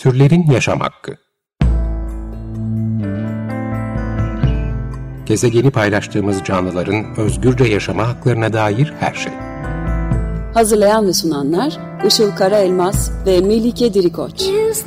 Türlerin yaşam hakkı. Gezegeni paylaştığımız canlıların özgürce yaşama haklarına dair her şey. Hazırlayan ve sunanlar Işıl Karaelmaz ve Melike Dirikoç.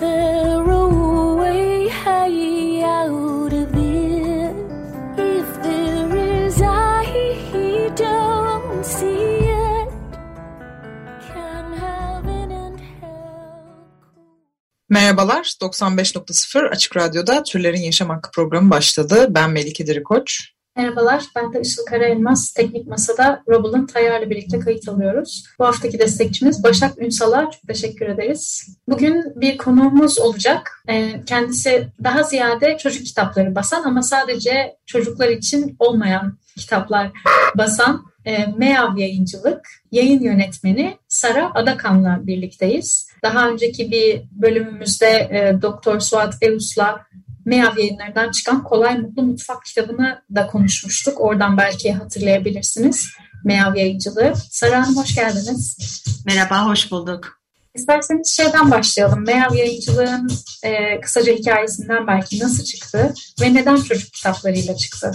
Merhabalar, 95.0 Açık Radyo'da Türlerin Yaşam Hakkı programı başladı. Ben Melike Dirikoç. Merhabalar, ben de Işıl Karaelmaz. Teknik Masa'da Robal'ın Tayyar'la birlikte kayıt alıyoruz. Bu haftaki destekçimiz Başak Ünsal'a çok teşekkür ederiz. Bugün bir konuğumuz olacak. Kendisi daha ziyade çocuk kitapları basan ama sadece çocuklar için olmayan kitaplar basan MEAV Yayıncılık yayın yönetmeni Sara Adakan'la birlikteyiz. Daha önceki bir bölümümüzde Doktor Suat Eus'la MEAV Yayınları'ndan çıkan Kolay Mutlu Mutfak kitabını da konuşmuştuk. Oradan belki hatırlayabilirsiniz MEAV Yayıncılığı. Sara Hanım hoş geldiniz. Merhaba, hoş bulduk. İsterseniz şeyden başlayalım. MEAV Yayıncılığın kısaca hikayesinden belki nasıl çıktı ve neden çocuk kitaplarıyla çıktı?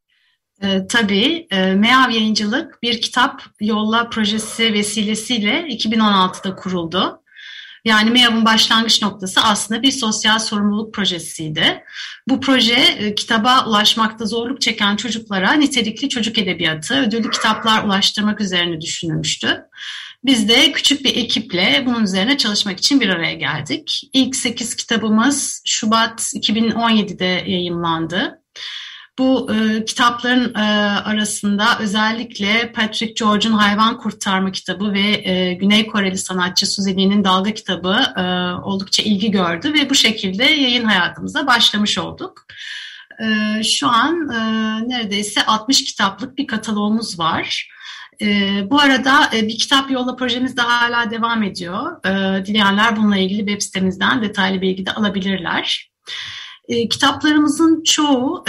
Tabii, MEAV Yayıncılık bir kitap yolla projesi vesilesiyle 2016'da kuruldu. Yani MEAV'ın başlangıç noktası aslında bir sosyal sorumluluk projesiydi. Bu proje kitaba ulaşmakta zorluk çeken çocuklara nitelikli çocuk edebiyatı, ödüllü kitaplar ulaştırmak üzerine düşünülmüştü. Biz de küçük bir ekiple bunun üzerine çalışmak için bir araya geldik. İlk 8 kitabımız Şubat 2017'de yayımlandı. Bu kitapların arasında özellikle Patrick George'un Hayvan Kurtarma kitabı ve Güney Koreli sanatçı Suzy Lee'nin Dalga kitabı oldukça ilgi gördü ve bu şekilde yayın hayatımıza başlamış olduk. Şu an neredeyse 60 kitaplık bir kataloğumuz var. Bu arada bir kitap yolla projemiz de hala devam ediyor. Dileyenler bununla ilgili web sitemizden detaylı bilgi de alabilirler. Kitaplarımızın çoğu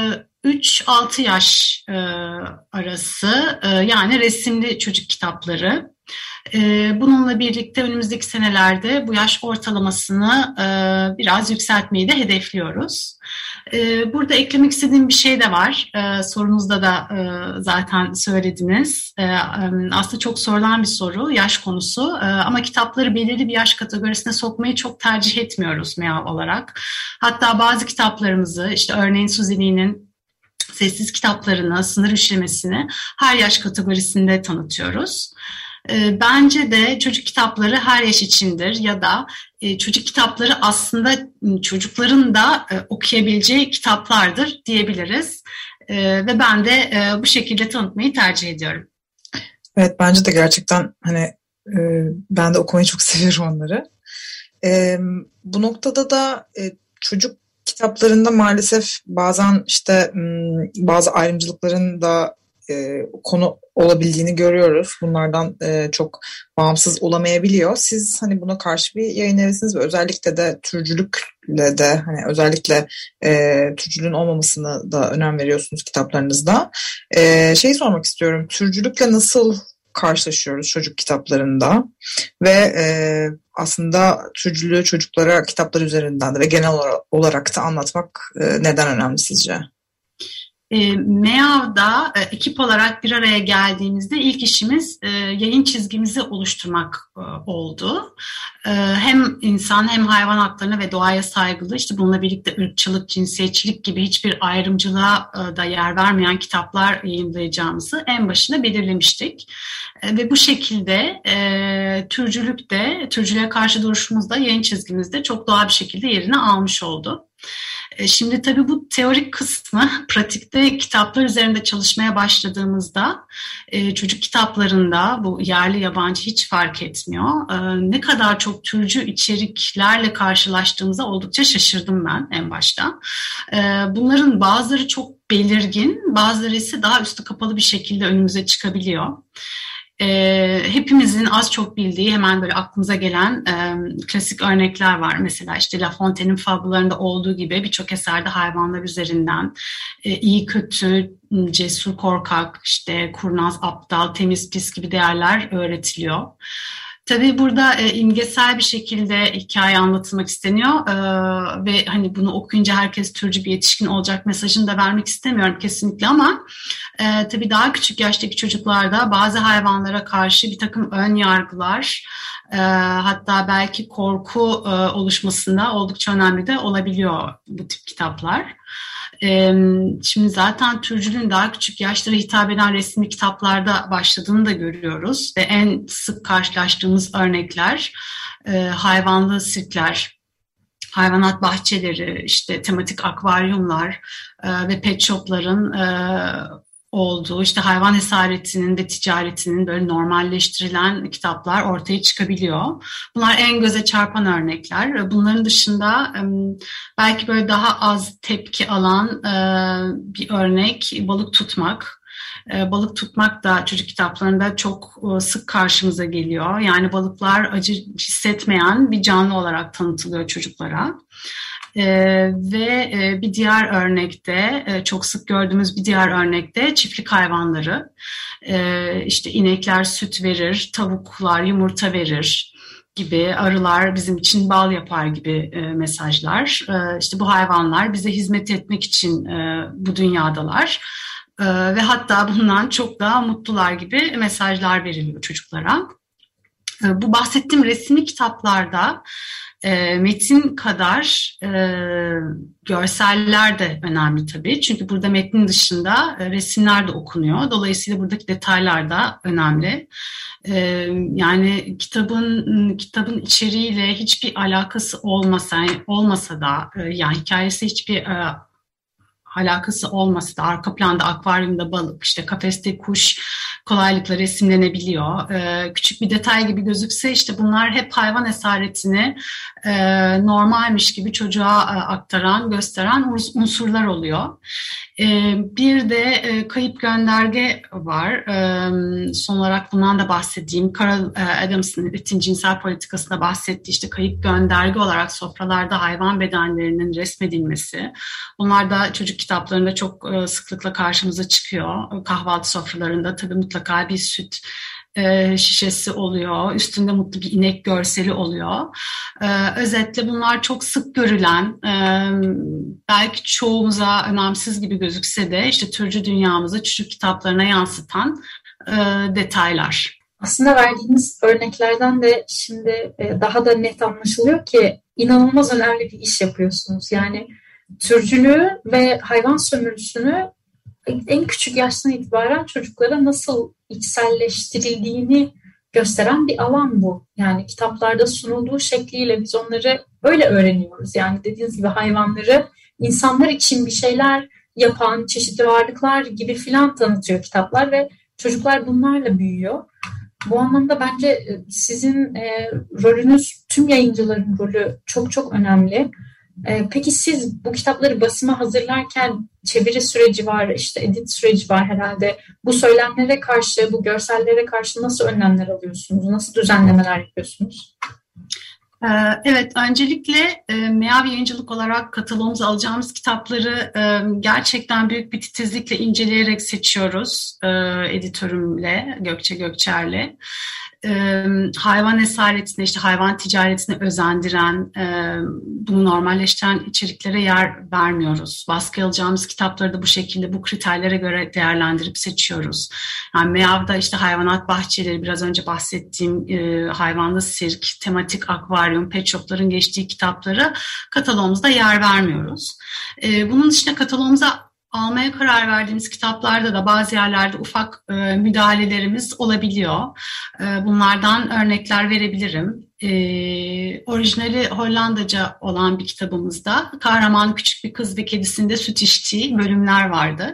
3-6 yaş arası, yani resimli çocuk kitapları. Bununla birlikte önümüzdeki senelerde bu yaş ortalamasını biraz yükseltmeyi de hedefliyoruz. Burada eklemek istediğim bir şey de var. Sorunuzda da zaten söylediniz. Aslında çok sorulan bir soru, yaş konusu. Ama kitapları belirli bir yaş kategorisine sokmayı çok tercih etmiyoruz MEAV olarak. Hatta bazı kitaplarımızı, işte örneğin Suzy Lee'nin sessiz kitaplarını, sınır işlemesini her yaş kategorisinde tanıtıyoruz. Bence de çocuk kitapları her yaş içindir ya da çocuk kitapları aslında çocukların da okuyabileceği kitaplardır diyebiliriz. Ve ben de bu şekilde tanıtmayı tercih ediyorum. Evet, bence de gerçekten ben de okumayı çok seviyorum onları. Bu noktada da çocuk kitaplarında maalesef bazen işte bazı ayrımcılıkların da konu olabildiğini görüyoruz. Bunlardan çok bağımsız olamayabiliyor. Siz hani buna karşı bir yayın evisiniz ve özellikle de türcülükle de hani özellikle türcülüğün olmamasını da önem veriyorsunuz kitaplarınızda. Şeyi sormak istiyorum. Türcülükle nasıl karşılaşıyoruz çocuk kitaplarında ve aslında türcülüğü çocuklara kitaplar üzerinden de ve genel olarak da anlatmak neden önemli sizce? MEAV'da ekip olarak bir araya geldiğimizde ilk işimiz yayın çizgimizi oluşturmak oldu. Hem insan hem hayvan haklarına ve doğaya saygılı, işte bununla birlikte ırkçılık, cinsiyetçilik gibi hiçbir ayrımcılığa da yer vermeyen kitaplar yayımlayacağımızı en başına belirlemiştik. Ve bu şekilde türcülüğe karşı duruşumuzda, yayın çizgimizde çok doğal bir şekilde yerini almış oldu. Şimdi tabii bu teorik kısmı pratikte kitaplar üzerinde çalışmaya başladığımızda çocuk kitaplarında bu yerli yabancı hiç fark etmiyor. Ne kadar çok türcü içeriklerle karşılaştığımıza oldukça şaşırdım ben en başta. Bunların bazıları çok belirgin, bazıları ise daha üstü kapalı bir şekilde önümüze çıkabiliyor. Hepimizin az çok bildiği, hemen böyle aklımıza gelen klasik örnekler var. Mesela işte La Fontaine'in fabullarında olduğu gibi birçok eserde hayvanlar üzerinden iyi kötü, cesur korkak, işte kurnaz aptal, temiz pis gibi değerler öğretiliyor. Tabii burada imgesel bir şekilde hikaye anlatılmak isteniyor ve hani bunu okuyunca herkes türcü bir yetişkin olacak mesajını da vermek istemiyorum kesinlikle, ama tabii daha küçük yaştaki çocuklarda bazı hayvanlara karşı bir takım ön yargılar, hatta belki korku oluşmasında oldukça önemli de olabiliyor bu tip kitaplar. Şimdi zaten türcülüğün daha küçük yaşlara hitap eden resmi kitaplarda başladığını da görüyoruz ve en sık karşılaştığımız örnekler hayvanlı sirkler, hayvanat bahçeleri, işte tematik akvaryumlar ve pet shopların olduğu, işte hayvan esaretinin ve ticaretinin böyle normalleştirilen kitaplar ortaya çıkabiliyor. Bunlar en göze çarpan örnekler. Bunların dışında belki böyle daha az tepki alan bir örnek balık tutmak. Balık tutmak da çocuk kitaplarında çok sık karşımıza geliyor. Yani balıklar acı hissetmeyen bir canlı olarak tanıtılıyor çocuklara. Ve bir diğer örnekte, çok sık gördüğümüz bir diğer örnekte çiftlik hayvanları. İşte inekler süt verir, tavuklar yumurta verir gibi, arılar bizim için bal yapar gibi mesajlar. İşte bu hayvanlar bize hizmet etmek için bu dünyadalar. Ve hatta bundan çok daha mutlular gibi mesajlar veriliyor çocuklara. Bu bahsettiğim resimli kitaplarda metin kadar görseller de önemli tabii. Çünkü burada metnin dışında resimler de okunuyor. Dolayısıyla buradaki detaylar da önemli. Yani kitabın içeriğiyle hiçbir alakası olmasa da, yani hikayesi hiçbir alakası olmasa da arka planda akvaryumda balık, işte kafeste kuş kolaylıkla resimlenebiliyor. Küçük bir detay gibi gözükse işte bunlar hep hayvan esaretini normalmiş gibi çocuğa aktaran, gösteren unsurlar oluyor. Bir de kayıp gönderge var. Son olarak bundan da bahsedeyim. Carol Adams'ın Etin Cinsel Politikası'nda bahsettiği işte kayıp gönderge olarak sofralarda hayvan bedenlerinin resmedilmesi. Bunlar da çocuk kitaplarında çok sıklıkla karşımıza çıkıyor. Kahvaltı sofralarında tabii mutlaka bir süt şişesi oluyor. Üstünde mutlu bir inek görseli oluyor. Özetle bunlar çok sık görülen, belki çoğumuza önemsiz gibi gözükse de işte türcü dünyamızı çocuk kitaplarına yansıtan detaylar. Aslında verdiğiniz örneklerden de şimdi daha da net anlaşılıyor ki inanılmaz önemli bir iş yapıyorsunuz. Yani türcülüğü ve hayvan sömürüsünü en küçük yaştan itibaren çocuklara nasıl içselleştirildiğini gösteren bir alan bu. Yani kitaplarda sunulduğu şekliyle biz onları öyle öğreniyoruz. Yani dediğiniz gibi hayvanları insanlar için bir şeyler yapan çeşitli varlıklar gibi filan tanıtıyor kitaplar ve çocuklar bunlarla büyüyor. Bu anlamda bence sizin rolünüz, tüm yayıncıların rolü çok çok önemli. Peki siz bu kitapları basıma hazırlarken çeviri süreci var, işte edit süreci var herhalde. Bu söylemlere karşı, bu görsellere karşı nasıl önlemler alıyorsunuz? Nasıl düzenlemeler yapıyorsunuz? Evet, öncelikle MEAV Yayıncılık olarak kataloğumuza alacağımız kitapları gerçekten büyük bir titizlikle inceleyerek seçiyoruz editörümle, Gökçe Gökçer'le. Hayvan esaretine, işte hayvan ticaretine özendiren, bunu normalleştiren içeriklere yer vermiyoruz. Baskı alacağımız kitapları da bu şekilde, bu kriterlere göre değerlendirip seçiyoruz. Yani MEAV'da işte hayvanat bahçeleri, biraz önce bahsettiğim hayvanlı sirk, tematik akvaryum, pet shopların geçtiği kitapları katalogumuzda yer vermiyoruz. Bunun dışında katalogumuza almaya karar verdiğimiz kitaplarda da bazı yerlerde ufak müdahalelerimiz olabiliyor. Bunlardan örnekler verebilirim. Orijinali Hollandaca olan bir kitabımızda kahraman küçük bir kız ve kedisinde süt içtiği bölümler vardı.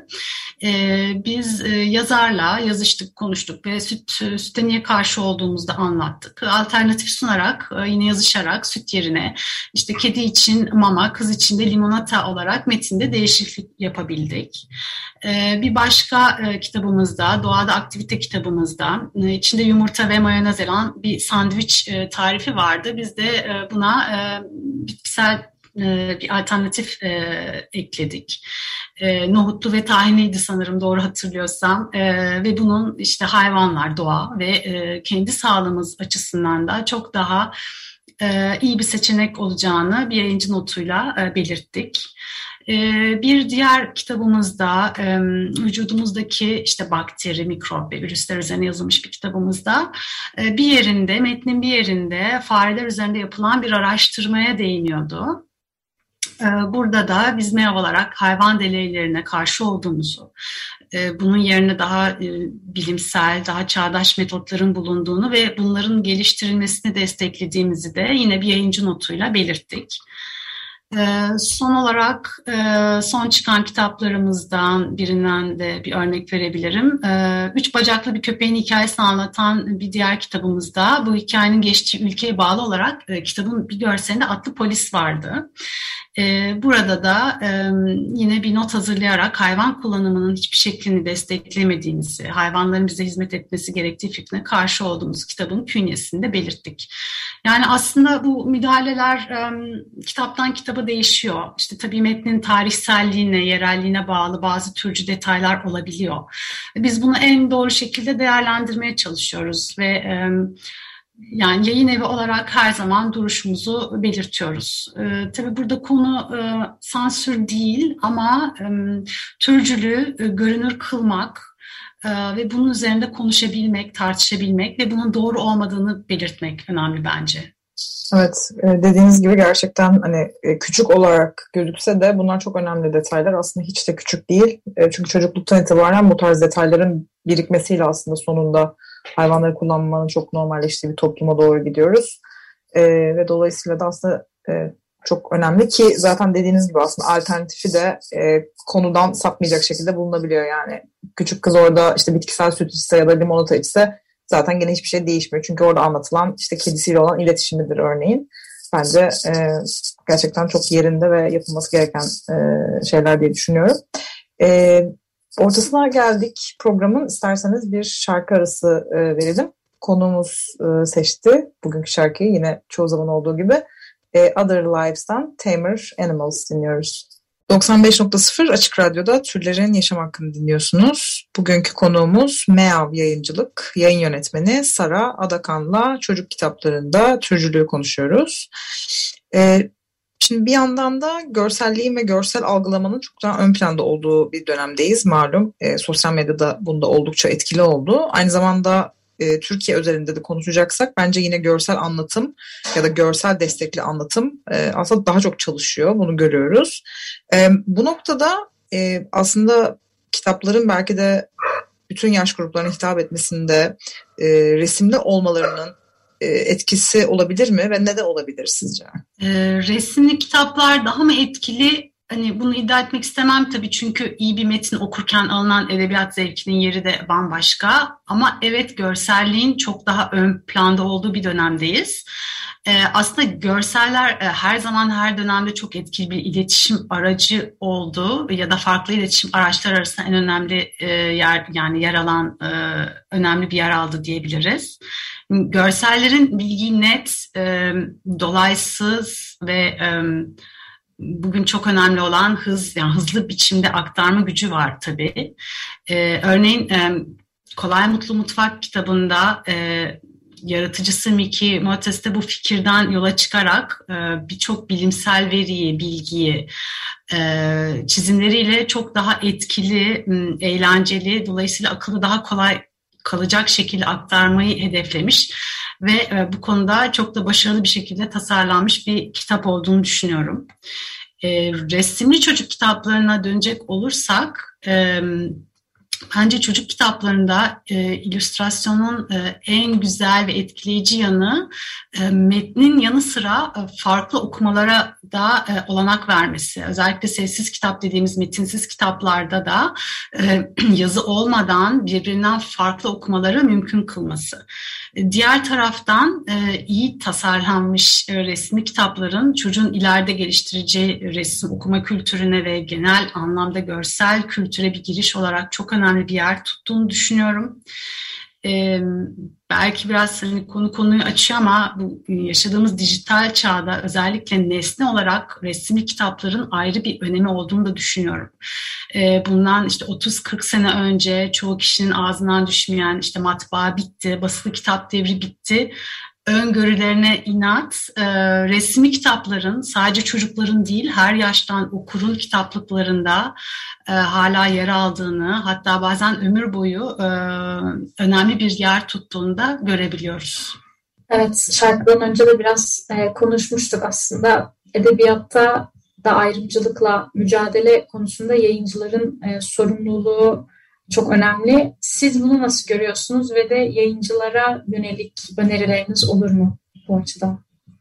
Biz yazarla yazıştık, konuştuk ve sütte niye karşı olduğumuzu da anlattık. Alternatif sunarak, yine yazışarak süt yerine işte kedi için mama, kız için de limonata olarak metinde değişiklik yapabildik. Bir başka kitabımızda, Doğada Aktivite kitabımızda içinde yumurta ve mayonez olan bir sandviç tarifi vardı. Biz de buna bitkisel bir alternatif ekledik. Nohutlu ve tahinliydi sanırım, doğru hatırlıyorsam. Ve bunun işte hayvanlar, doğa ve kendi sağlığımız açısından da çok daha iyi bir seçenek olacağını bir yayıncı notuyla belirttik. Bir diğer kitabımızda vücudumuzdaki işte bakteri, mikrop ve virüsler üzerine yazılmış bir kitabımızda metnin bir yerinde fareler üzerinde yapılan bir araştırmaya değiniyordu. Burada da biz MEAV olarak hayvan deneylerine karşı olduğumuzu, bunun yerine daha bilimsel, daha çağdaş metotların bulunduğunu ve bunların geliştirilmesini desteklediğimizi de yine bir yayıncı notuyla belirttik. Son olarak son çıkan kitaplarımızdan birinden de bir örnek verebilirim. 3 bacaklı bir köpeğin hikayesini anlatan bir diğer kitabımızda bu hikayenin geçtiği ülkeye bağlı olarak kitabın bir görselinde atlı polis vardı. Burada da yine bir not hazırlayarak hayvan kullanımının hiçbir şeklini desteklemediğimizi, hayvanların bize hizmet etmesi gerektiği fikrine karşı olduğumuz kitabın künyesinde belirttik. Yani aslında bu müdahaleler kitaptan kitaba değişiyor. İşte tabii metnin tarihselliğine, yerelliğine bağlı bazı türcü detaylar olabiliyor. Biz bunu en doğru şekilde değerlendirmeye çalışıyoruz ve yani yayın evi olarak her zaman duruşumuzu belirtiyoruz. Tabii burada konu sansür değil ama türcülüğü görünür kılmak ve bunun üzerinde konuşabilmek, tartışabilmek ve bunun doğru olmadığını belirtmek önemli bence. Evet, dediğiniz gibi gerçekten hani küçük olarak gözükse de bunlar çok önemli detaylar. Aslında hiç de küçük değil. Çünkü çocukluktan itibaren bu tarz detayların birikmesiyle aslında sonunda hayvanları kullanmanın çok normalleştiği bir topluma doğru gidiyoruz. Ve dolayısıyla da aslında çok önemli ki zaten dediğiniz gibi aslında alternatifi de konudan sapmayacak şekilde bulunabiliyor. Yani küçük kız orada işte bitkisel süt içse ya da limonata içse zaten gene hiçbir şey değişmiyor. Çünkü orada anlatılan işte kedisiyle olan iletişimidir örneğin. Bence gerçekten çok yerinde ve yapılması gereken şeyler diye düşünüyorum. Ortasına geldik programın. İsterseniz bir şarkı arası verelim. Konuğumuz seçti bugünkü şarkıyı, yine çoğu zaman olduğu gibi. Other Lives'tan Tamer Animals dinliyoruz. 95.0 Açık Radyo'da Türlerin Yaşam Hakkını dinliyorsunuz. Bugünkü konuğumuz MEAV Yayıncılık Yayın Yönetmeni Sara Adakan'la çocuk kitaplarında türcülüğü konuşuyoruz. Şimdi bir yandan da görselliğin ve görsel algılamanın çok daha ön planda olduğu bir dönemdeyiz malum. Sosyal medyada bunda oldukça etkili oldu. Aynı zamanda Türkiye özelinde de konuşacaksak bence yine görsel anlatım ya da görsel destekli anlatım aslında daha çok çalışıyor. Bunu görüyoruz. Bu noktada aslında kitapların belki de bütün yaş gruplarına hitap etmesinde resimli olmalarının etkisi olabilir mi ve ne de olabilir sizce? Resimli kitaplar daha mı etkili? Hani bunu iddia etmek istemem tabii, çünkü iyi bir metin okurken alınan edebiyat zevkinin yeri de bambaşka. Ama evet, görselliğin çok daha ön planda olduğu bir dönemdeyiz. Aslında görseller her zaman her dönemde çok etkili bir iletişim aracı oldu ya da farklı iletişim araçları arasında en önemli yer alan önemli bir yer aldı diyebiliriz. Görsellerin bilgi net, dolaysız ve bugün çok önemli olan hızlı biçimde aktarma gücü var tabii. Örneğin Kolay Mutlu Mutfak kitabında yaratıcısı Mickey Mottes de bu fikirden yola çıkarak birçok bilimsel veriyi, bilgiyi çizimleriyle çok daha etkili, eğlenceli, dolayısıyla akılda daha kolay kalacak şekilde aktarmayı hedeflemiş ve bu konuda çok da başarılı bir şekilde tasarlanmış bir kitap olduğunu düşünüyorum. Resimli çocuk kitaplarına dönecek olursak, bence çocuk kitaplarında illüstrasyonun en güzel ve etkileyici yanı metnin yanı sıra farklı okumalara da olanak vermesi. Özellikle sessiz kitap dediğimiz metinsiz kitaplarda da yazı olmadan birbirinden farklı okumaları mümkün kılması. Diğer taraftan iyi tasarlanmış resmi kitapların çocuğun ileride geliştireceği resim okuma kültürüne ve genel anlamda görsel kültüre bir giriş olarak çok önemli bir yer tuttuğunu düşünüyorum. Belki biraz hani konuyu açıyor ama bu yaşadığımız dijital çağda özellikle nesne olarak resimli kitapların ayrı bir önemi olduğunu da düşünüyorum. Bundan işte 30-40 sene önce çoğu kişinin ağzından düşmeyen işte matbaa bitti, basılı kitap devri bitti öngörülerine inat, resmi kitapların sadece çocukların değil her yaştan okurun kitaplıklarında hala yer aldığını, hatta bazen ömür boyu önemli bir yer tuttuğunu da görebiliyoruz. Evet, şarkıdan önce de biraz konuşmuştuk aslında. Edebiyatta da ayrımcılıkla mücadele konusunda yayıncıların sorumluluğu çok önemli. Siz bunu nasıl görüyorsunuz ve de yayıncılara yönelik önerileriniz olur mu bu açıdan?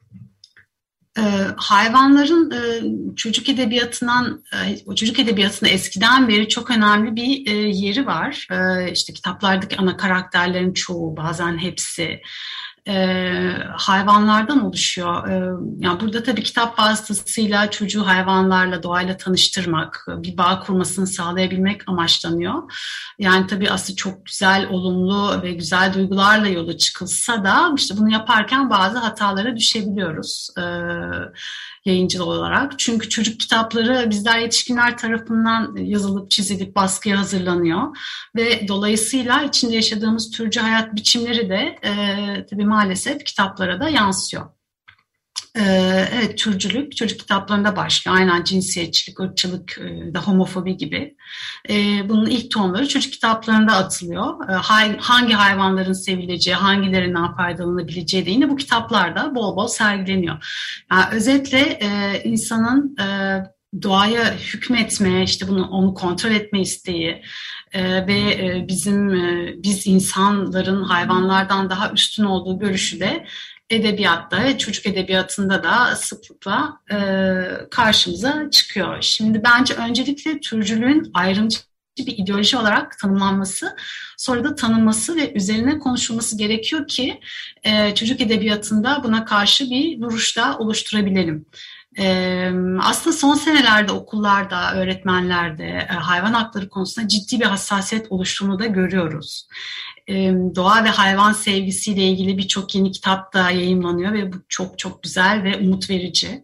Hayvanların çocuk edebiyatında eskiden beri çok önemli bir yeri var. İşte kitaplardaki ana karakterlerin çoğu, bazen hepsi hayvanlardan oluşuyor. Yani burada tabii kitap vasıtasıyla çocuğu hayvanlarla, doğayla tanıştırmak, bir bağ kurmasını sağlayabilmek amaçlanıyor. Yani tabii aslında çok güzel, olumlu ve güzel duygularla yola çıkılsa da işte bunu yaparken bazı hatalara düşebiliyoruz yayıncı olarak. Çünkü çocuk kitapları bizler yetişkinler tarafından yazılıp çizilip baskıya hazırlanıyor ve dolayısıyla içinde yaşadığımız türcü hayat biçimleri de tabii maalesef kitaplara da yansıyor. Evet, türcülük çocuk kitaplarında başlıyor. Aynen cinsiyetçilik, ırkçılık, da homofobi gibi. Bunun ilk tohumları çocuk kitaplarında atılıyor. Hangi hayvanların sevileceği, hangilerine faydalanabileceği de yine bu kitaplarda bol bol sergileniyor. Yani özetle insanın doğaya hükmetme, işte onu kontrol etme isteği ve biz insanların hayvanlardan daha üstün olduğu görüşü de edebiyatta ve çocuk edebiyatında da sıklıkla karşımıza çıkıyor. Şimdi bence öncelikle türcülüğün ayrımcı bir ideoloji olarak tanımlanması, sonra da tanınması ve üzerine konuşulması gerekiyor ki çocuk edebiyatında buna karşı bir duruş da oluşturabilelim. Aslında son senelerde okullarda, öğretmenlerde hayvan hakları konusunda ciddi bir hassasiyet oluştuğunu da görüyoruz. Doğa ve hayvan sevgisiyle ilgili birçok yeni kitap da yayımlanıyor ve bu çok çok güzel ve umut verici.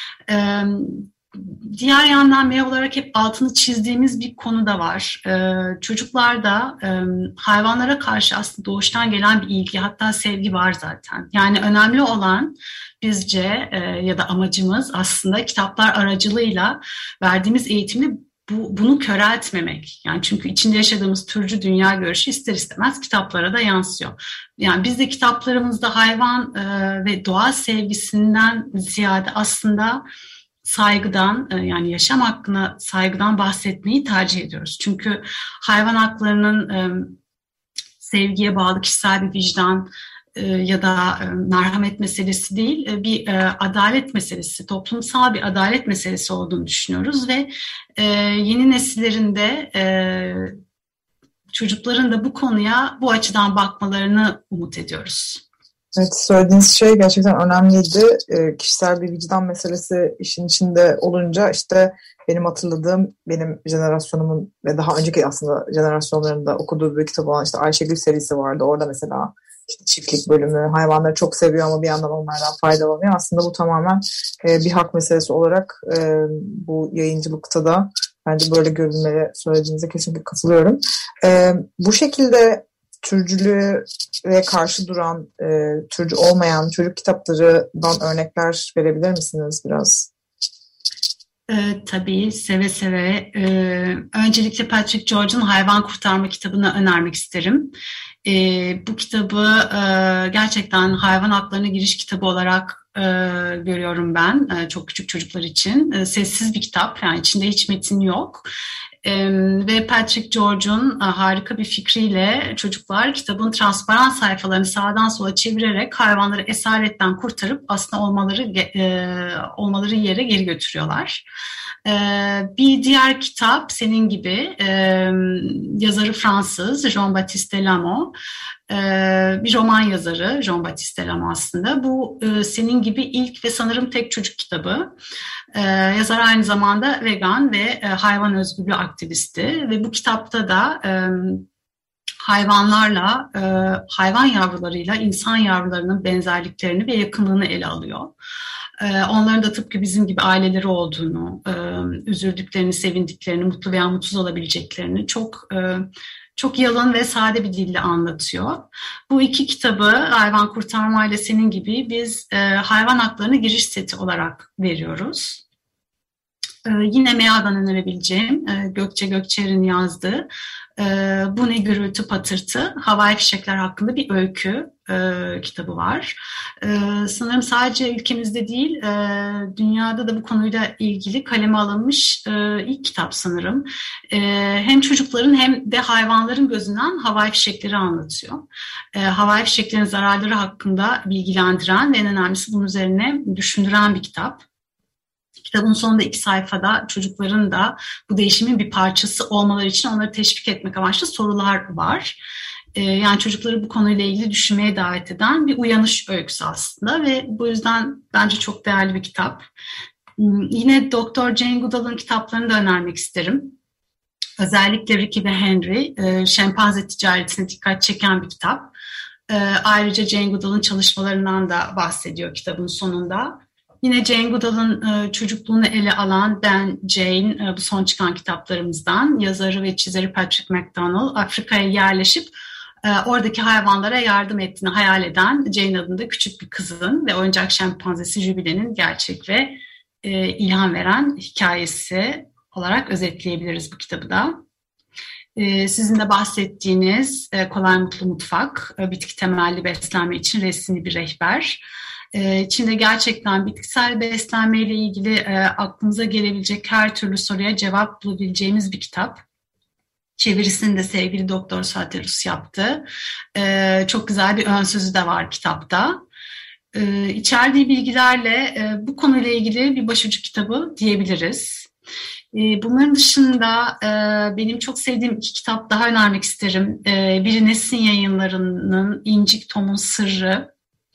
Diğer yandan meyve olarak hep altını çizdiğimiz bir konu da var. Çocuklarda hayvanlara karşı aslında doğuştan gelen bir ilgi, hatta sevgi var zaten. Yani önemli olan bizce ya da amacımız aslında kitaplar aracılığıyla verdiğimiz eğitimle bunu köreltmemek. Yani çünkü içinde yaşadığımız türcü dünya görüşü ister istemez kitaplara da yansıyor. Yani biz de kitaplarımızda hayvan ve doğa sevgisinden ziyade aslında saygıdan, yani yaşam hakkına saygıdan bahsetmeyi tercih ediyoruz. Çünkü hayvan haklarının sevgiye bağlı kişisel bir vicdan ya da merhamet meselesi değil, bir adalet meselesi, toplumsal bir adalet meselesi olduğunu düşünüyoruz ve yeni nesillerin de çocukların da bu konuya bu açıdan bakmalarını umut ediyoruz. Evet, söylediğiniz şey gerçekten önemliydi. Kişisel bir vicdan meselesi işin içinde olunca işte benim hatırladığım, benim jenerasyonumun ve daha önceki aslında jenerasyonlarında okuduğu bir kitap olan işte Ayşegül serisi vardı. Orada mesela işte çiftlik bölümü, hayvanları çok seviyor ama bir yandan onlardan faydalanıyor. Aslında bu tamamen bir hak meselesi olarak bu yayıncılıkta da bence böyle görülmeli. Söylediğinize kesinlikle katılıyorum. Bu şekilde türcülüğe karşı duran, türcü olmayan çocuk kitaplarından örnekler verebilir misiniz biraz? Tabii, seve seve. Öncelikle Patrick George'un Hayvan Kurtarma kitabını önermek isterim. Bu kitabı gerçekten hayvan haklarına giriş kitabı olarak görüyorum ben, çok küçük çocuklar için. Sessiz bir kitap, yani içinde hiç metin yok. Ve Patrick George'un harika bir fikriyle çocuklar kitabın transparan sayfalarını sağdan sola çevirerek hayvanları esaretten kurtarıp aslında olmaları yere geri götürüyorlar. Bir diğer kitap senin gibi, yazarı Fransız Jean-Baptiste Lamot, bir roman yazarı Jean-Baptiste Lamot aslında. Bu senin gibi ilk ve sanırım tek çocuk kitabı. Yazar aynı zamanda vegan ve hayvan özgürlüğü aktivisti ve bu kitapta da hayvanlarla, hayvan yavrularıyla insan yavrularının benzerliklerini ve yakınlığını ele alıyor. Onların da tıpkı bizim gibi aileleri olduğunu, üzüldüklerini, sevindiklerini, mutlu veya mutsuz olabileceklerini çok yalın ve sade bir dille anlatıyor. Bu iki kitabı Hayvan Kurtarma Ailesi'nin gibi biz hayvan haklarını giriş seti olarak veriyoruz. Yine MEA'dan önerebileceğim Gökçe Gökçer'in yazdığı Bu Ne Gürültü Patırtı, havai fişekler hakkında bir öykü kitabı var. Sanırım sadece ülkemizde değil, dünyada da bu konuyla ilgili kaleme alınmış ilk kitap sanırım. Hem çocukların hem de hayvanların gözünden havai fişekleri anlatıyor. Havai fişeklerin zararları hakkında bilgilendiren ve en önemlisi bunun üzerine düşündüren bir kitap. Kitabın sonunda 2 sayfada çocukların da bu değişimin bir parçası olmaları için onları teşvik etmek amaçlı sorular var. Yani çocukları bu konuyla ilgili düşünmeye davet eden bir uyanış öyküsü aslında ve bu yüzden bence çok değerli bir kitap. Yine Dr. Jane Goodall'ın kitaplarını da önermek isterim. Özellikle Ricky ve Henry, şempanze ticaretine dikkat çeken bir kitap. Ayrıca Jane Goodall'ın çalışmalarından da bahsediyor kitabın sonunda. Yine Jane Goodall'ın çocukluğunu ele alan Ben Jane, bu son çıkan kitaplarımızdan, yazarı ve çizeri Patrick McDonnell, Afrika'ya yerleşip oradaki hayvanlara yardım ettiğini hayal eden Jane adında küçük bir kızın ve oyuncak şempanzesi Jubilee'nin gerçek ve ilham veren hikayesi olarak özetleyebiliriz bu kitabı da. Sizin de bahsettiğiniz Kolay Mutlu Mutfak, bitki temelli beslenme için resimli bir rehber. İçinde gerçekten bitkisel beslenme ile ilgili aklımıza gelebilecek her türlü soruya cevap bulabileceğimiz bir kitap. Çevirisini de sevgili Doktor Saterus yaptı. Çok güzel bir ön sözü de var kitapta. İçerdiği bilgilerle bu konuyla ilgili bir başucu kitabı diyebiliriz. Bunların dışında benim çok sevdiğim 2 kitap daha önermek isterim. Biri Nesin Yayınları'nın İncik Tom'un Sırrı.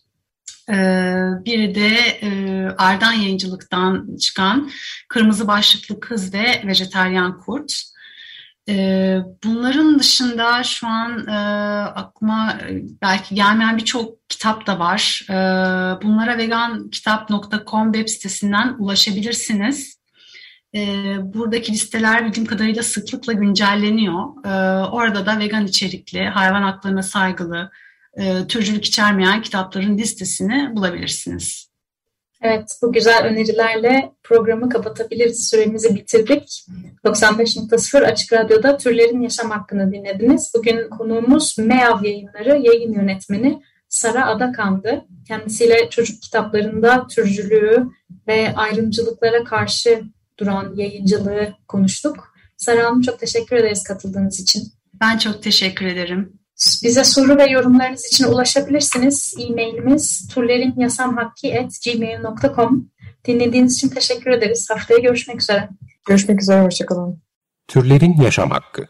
Biri de Ardan Yayıncılık'tan çıkan Kırmızı Başlıklı Kız ve Vejetaryen Kurt. Bunların dışında şu an aklıma belki gelmeyen birçok kitap da var. Bunlara vegankitap.com web sitesinden ulaşabilirsiniz. Buradaki listeler bildiğim kadarıyla sıklıkla güncelleniyor. Orada da vegan içerikli, hayvan haklarına saygılı, türcülük içermeyen kitapların listesini bulabilirsiniz. Evet, bu güzel önerilerle programı kapatabiliriz. Süremizi bitirdik. 95.0 Açık Radyo'da Türlerin Yaşam Hakkını dinlediniz. Bugün konuğumuz MEAV Yayınları yayın yönetmeni Sara Adakan'dı. Kendisiyle çocuk kitaplarında türcülüğü ve ayrımcılıklara karşı duran yayıncılığı konuştuk. Sara Hanım, çok teşekkür ederiz katıldığınız için. Ben çok teşekkür ederim. Bize soru ve yorumlarınız için ulaşabilirsiniz. E-mailimiz turlerinyasamhakki@gmail.com. Dinlediğiniz için teşekkür ederiz. Haftaya görüşmek üzere. Görüşmek üzere, hoşçakalın. Türlerin Yaşam Hakkı.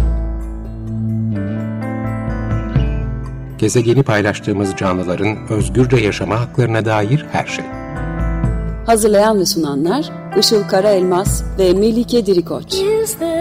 Gezegeni paylaştığımız canlıların özgürce yaşama haklarına dair her şey. Hazırlayan ve sunanlar Işıl Karaelmaz ve Melike Dirikoç.